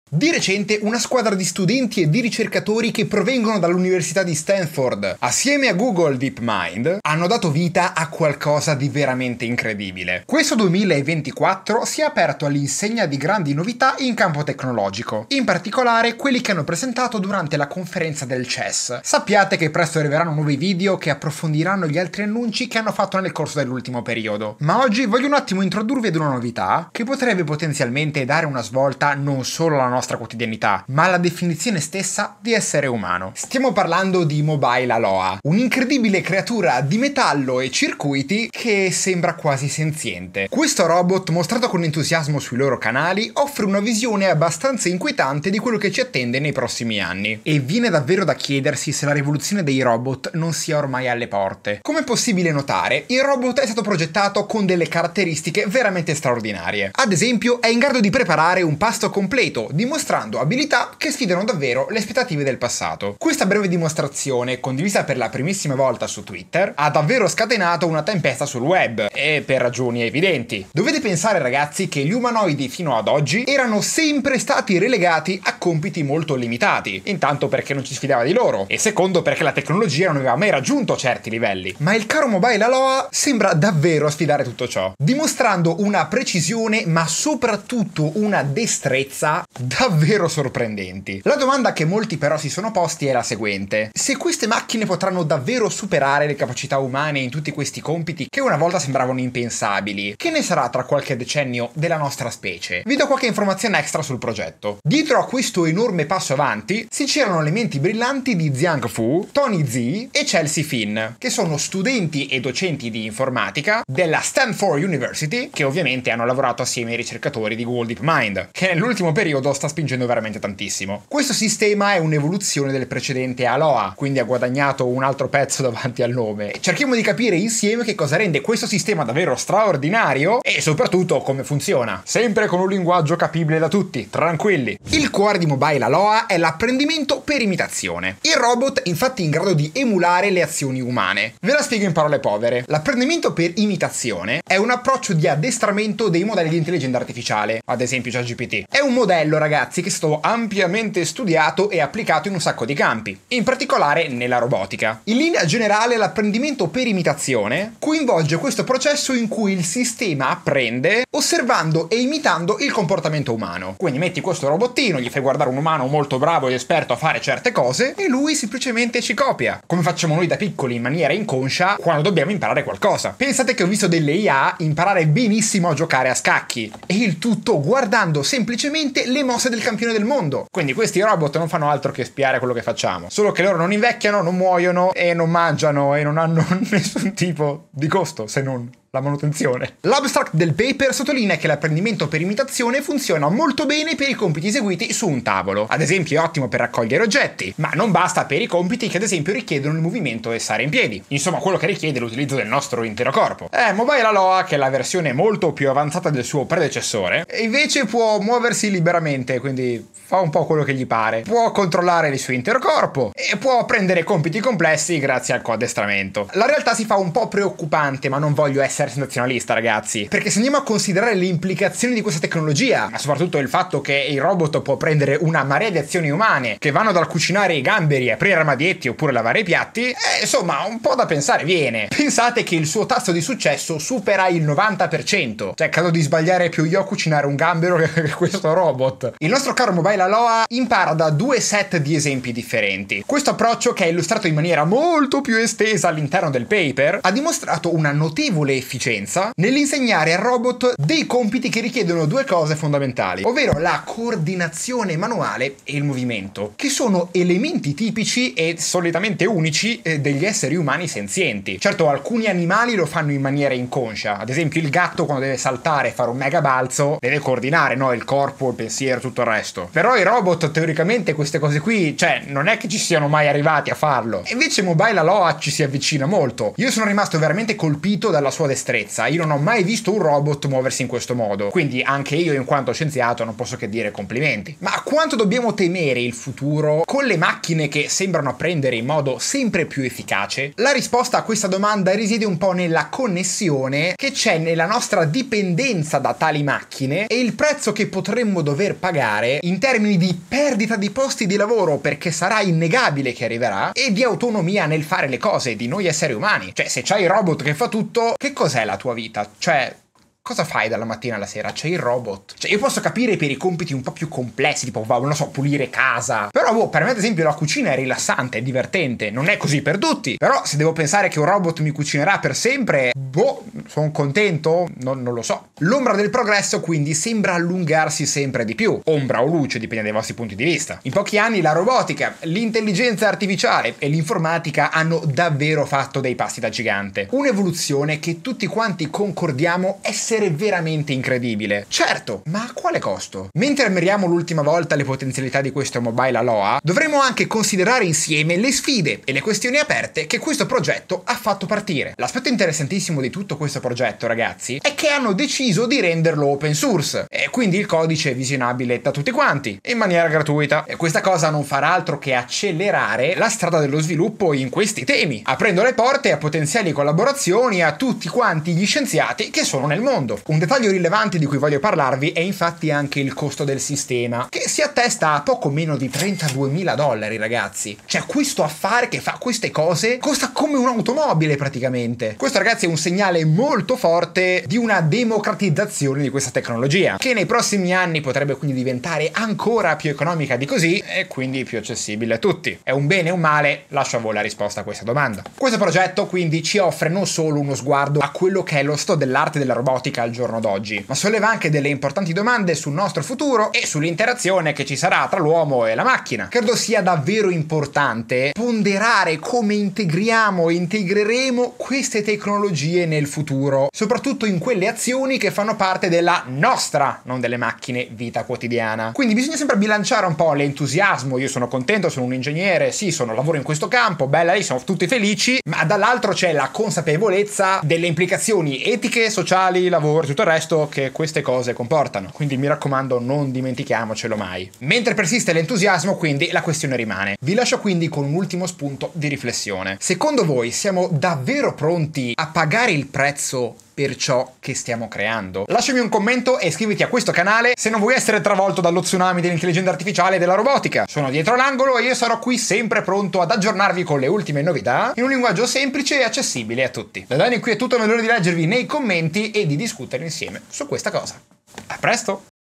Di recente una squadra di studenti e di ricercatori che provengono dall'Università di Stanford, assieme a Google DeepMind, hanno dato vita a qualcosa di veramente incredibile. Questo 2024 si è aperto all'insegna di grandi novità in campo tecnologico, in particolare quelli che hanno presentato durante la conferenza del CES. Sappiate che presto arriveranno nuovi video che approfondiranno gli altri annunci che hanno fatto nel corso dell'ultimo periodo, ma oggi voglio un attimo introdurvi ad una novità che potrebbe potenzialmente dare una svolta non solo alla nostra quotidianità, ma alla definizione stessa di essere umano. Stiamo parlando di Mobile Aloha, un'incredibile creatura di metallo e circuiti che sembra quasi senziente. Questo robot, mostrato con entusiasmo sui loro canali, offre una visione abbastanza inquietante di quello che ci attende nei prossimi anni. E viene davvero da chiedersi se la rivoluzione dei robot non sia ormai alle porte. Come è possibile notare, il robot è stato progettato con delle caratteristiche veramente straordinarie. Ad esempio, è in grado di preparare un pasto completo, dimostrando abilità che sfidano davvero le aspettative del passato. Questa breve dimostrazione, condivisa per la primissima volta su Twitter, ha davvero scatenato una tempesta sul web, e per ragioni evidenti. Dovete pensare, ragazzi, che gli umanoidi fino ad oggi erano sempre stati relegati a compiti molto limitati, intanto perché non ci si fidava di loro, e secondo perché la tecnologia non aveva mai raggiunto certi livelli. Ma il caro Mobile Aloha sembra davvero sfidare tutto ciò, dimostrando una precisione ma soprattutto una destrezza davvero sorprendenti. La domanda che molti però si sono posti è la seguente: se queste macchine potranno davvero superare le capacità umane in tutti questi compiti che una volta sembravano impensabili, che ne sarà tra qualche decennio della nostra specie? Vi do qualche informazione extra sul progetto. Dietro a questo enorme passo avanti si c'erano le menti brillanti di Xiang Fu, Tony Zi e Chelsea Finn, che sono studenti e docenti di informatica della Stanford University, che ovviamente hanno lavorato assieme ai ricercatori di Google DeepMind, che nell'ultimo periodo sta spingendo veramente tantissimo. Questo sistema è un'evoluzione del precedente Aloha, quindi ha guadagnato un altro pezzo davanti al nome. Cerchiamo di capire insieme che cosa rende questo sistema davvero straordinario e soprattutto come funziona. Sempre con un linguaggio capibile da tutti, tranquilli. Il cuore di Mobile Aloha è l'apprendimento per imitazione. Il robot è infatti in grado di emulare le azioni umane. Ve la spiego in parole povere. L'apprendimento per imitazione è un approccio di addestramento dei modelli di intelligenza artificiale, ad esempio ChatGPT. È un modello, ragazzi, che è stato ampiamente studiato e applicato in un sacco di campi, in particolare nella robotica. In linea generale, l'apprendimento per imitazione coinvolge questo processo in cui il sistema apprende osservando e imitando il comportamento umano. Quindi metti questo robottino, gli fai guardare un umano molto bravo ed esperto a fare certe cose e lui semplicemente ci copia, come facciamo noi da piccoli in maniera inconscia quando dobbiamo imparare qualcosa. Pensate che ho visto delle IA imparare benissimo a giocare a scacchi, e il tutto guardando semplicemente le mosse del campione del mondo. Quindi questi robot non fanno altro che spiare quello che facciamo, solo che loro non invecchiano, non muoiono e non mangiano e non hanno nessun tipo di costo se non la manutenzione. L'abstract del paper sottolinea che l'apprendimento per imitazione funziona molto bene per i compiti eseguiti su un tavolo. Ad esempio è ottimo per raccogliere oggetti, ma non basta per i compiti che ad esempio richiedono il movimento e stare in piedi. Insomma, quello che richiede l'utilizzo del nostro intero corpo. Mobile Aloha, che è la versione molto più avanzata del suo predecessore, invece può muoversi liberamente, quindi fa un po' quello che gli pare. Può controllare il suo intero corpo e può prendere compiti complessi grazie al coaddestramento. La realtà si fa un po' preoccupante, ma non voglio essere sensazionalista, ragazzi, perché se andiamo a considerare le implicazioni di questa tecnologia, ma soprattutto il fatto che il robot può prendere una marea di azioni umane che vanno dal cucinare i gamberi, aprire armadietti oppure lavare i piatti, insomma un po' da pensare viene. Pensate che il suo tasso di successo supera il 90%, cioè credo di sbagliare più io a cucinare un gambero che questo robot. Il nostro caro Mobile Aloha impara da due set di esempi differenti. Questo approccio, che è illustrato in maniera molto più estesa all'interno del paper, ha dimostrato una notevole efficienza nell'insegnare al robot dei compiti che richiedono due cose fondamentali, ovvero la coordinazione manuale e il movimento, che sono elementi tipici e solitamente unici degli esseri umani senzienti. Certo, alcuni animali lo fanno in maniera inconscia, ad esempio il gatto quando deve saltare e fare un mega balzo deve coordinare, no, il corpo, il pensiero, tutto il resto. Però i robot teoricamente queste cose qui, cioè, non è che ci siano mai arrivati a farlo. E invece Mobile Aloha ci si avvicina molto. Io sono rimasto veramente colpito dalla sua destrezza. Io non ho mai visto un robot muoversi in questo modo, quindi anche io in quanto scienziato non posso che dire complimenti. Ma quanto dobbiamo temere il futuro con le macchine che sembrano apprendere in modo sempre più efficace? La risposta a questa domanda risiede un po' nella connessione che c'è nella nostra dipendenza da tali macchine e il prezzo che potremmo dover pagare in termini di perdita di posti di lavoro, perché sarà innegabile che arriverà, e di autonomia nel fare le cose di noi esseri umani. Cioè, se c'hai il robot che fa tutto, che cos'è la tua vita? Cioè, cosa fai dalla mattina alla sera? C'è il robot. Cioè, io posso capire per i compiti un po' più complessi, tipo, non lo so, pulire casa. Però, per me, ad esempio, la cucina è rilassante, è divertente. Non è così per tutti. Però, se devo pensare che un robot mi cucinerà per sempre, sono contento? Non lo so. L'ombra del progresso, quindi, sembra allungarsi sempre di più. Ombra o luce, dipende dai vostri punti di vista. In pochi anni la robotica, l'intelligenza artificiale e l'informatica hanno davvero fatto dei passi da gigante. Un'evoluzione che tutti quanti concordiamo essere veramente incredibile. Certo, ma a quale costo? Mentre ammiriamo l'ultima volta le potenzialità di questo mobile Aloha, dovremo anche considerare insieme le sfide e le questioni aperte che questo progetto ha fatto partire. L'aspetto interessantissimo di tutto questo progetto, ragazzi, è che hanno deciso di renderlo open source e quindi il codice è visionabile da tutti quanti in maniera gratuita, e questa cosa non farà altro che accelerare la strada dello sviluppo in questi temi, aprendo le porte a potenziali collaborazioni a tutti quanti gli scienziati che sono nel mondo. Un dettaglio rilevante di cui voglio parlarvi è infatti anche il costo del sistema, che si attesta a poco meno di $32.000, ragazzi. Cioè, questo affare che fa queste cose costa come un'automobile praticamente. Questo, ragazzi, è un segnale molto forte di una democratizzazione di questa tecnologia, che nei prossimi anni potrebbe quindi diventare ancora più economica di così e quindi più accessibile a tutti. È un bene o un male? Lascio a voi la risposta a questa domanda. Questo progetto quindi ci offre non solo uno sguardo a quello che è lo stato dell'arte della robotica al giorno d'oggi, ma solleva anche delle importanti domande sul nostro futuro e sull'interazione che ci sarà tra l'uomo e la macchina. Credo sia davvero importante ponderare come integriamo e integreremo queste tecnologie nel futuro, soprattutto in quelle azioni che fanno parte della nostra, non delle macchine, vita quotidiana. Quindi bisogna sempre bilanciare un po' l'entusiasmo. Io sono contento, sono un ingegnere, sì, lavoro in questo campo, bella lì, siamo tutti felici, ma dall'altro c'è la consapevolezza delle implicazioni etiche, sociali, lavoro, tutto il resto che queste cose comportano. Quindi mi raccomando, non dimentichiamocelo mai. Mentre persiste l'entusiasmo, quindi la questione rimane. Vi lascio quindi con un ultimo spunto di riflessione. Secondo voi siamo davvero pronti a pagare il prezzo per ciò che stiamo creando? Lasciami un commento e iscriviti a questo canale se non vuoi essere travolto dallo tsunami dell'intelligenza artificiale e della robotica. Sono dietro l'angolo e io sarò qui sempre pronto ad aggiornarvi con le ultime novità in un linguaggio semplice e accessibile a tutti. Da Dani qui è tutto, non vedo l'ora di leggervi nei commenti e di discutere insieme su questa cosa. A presto!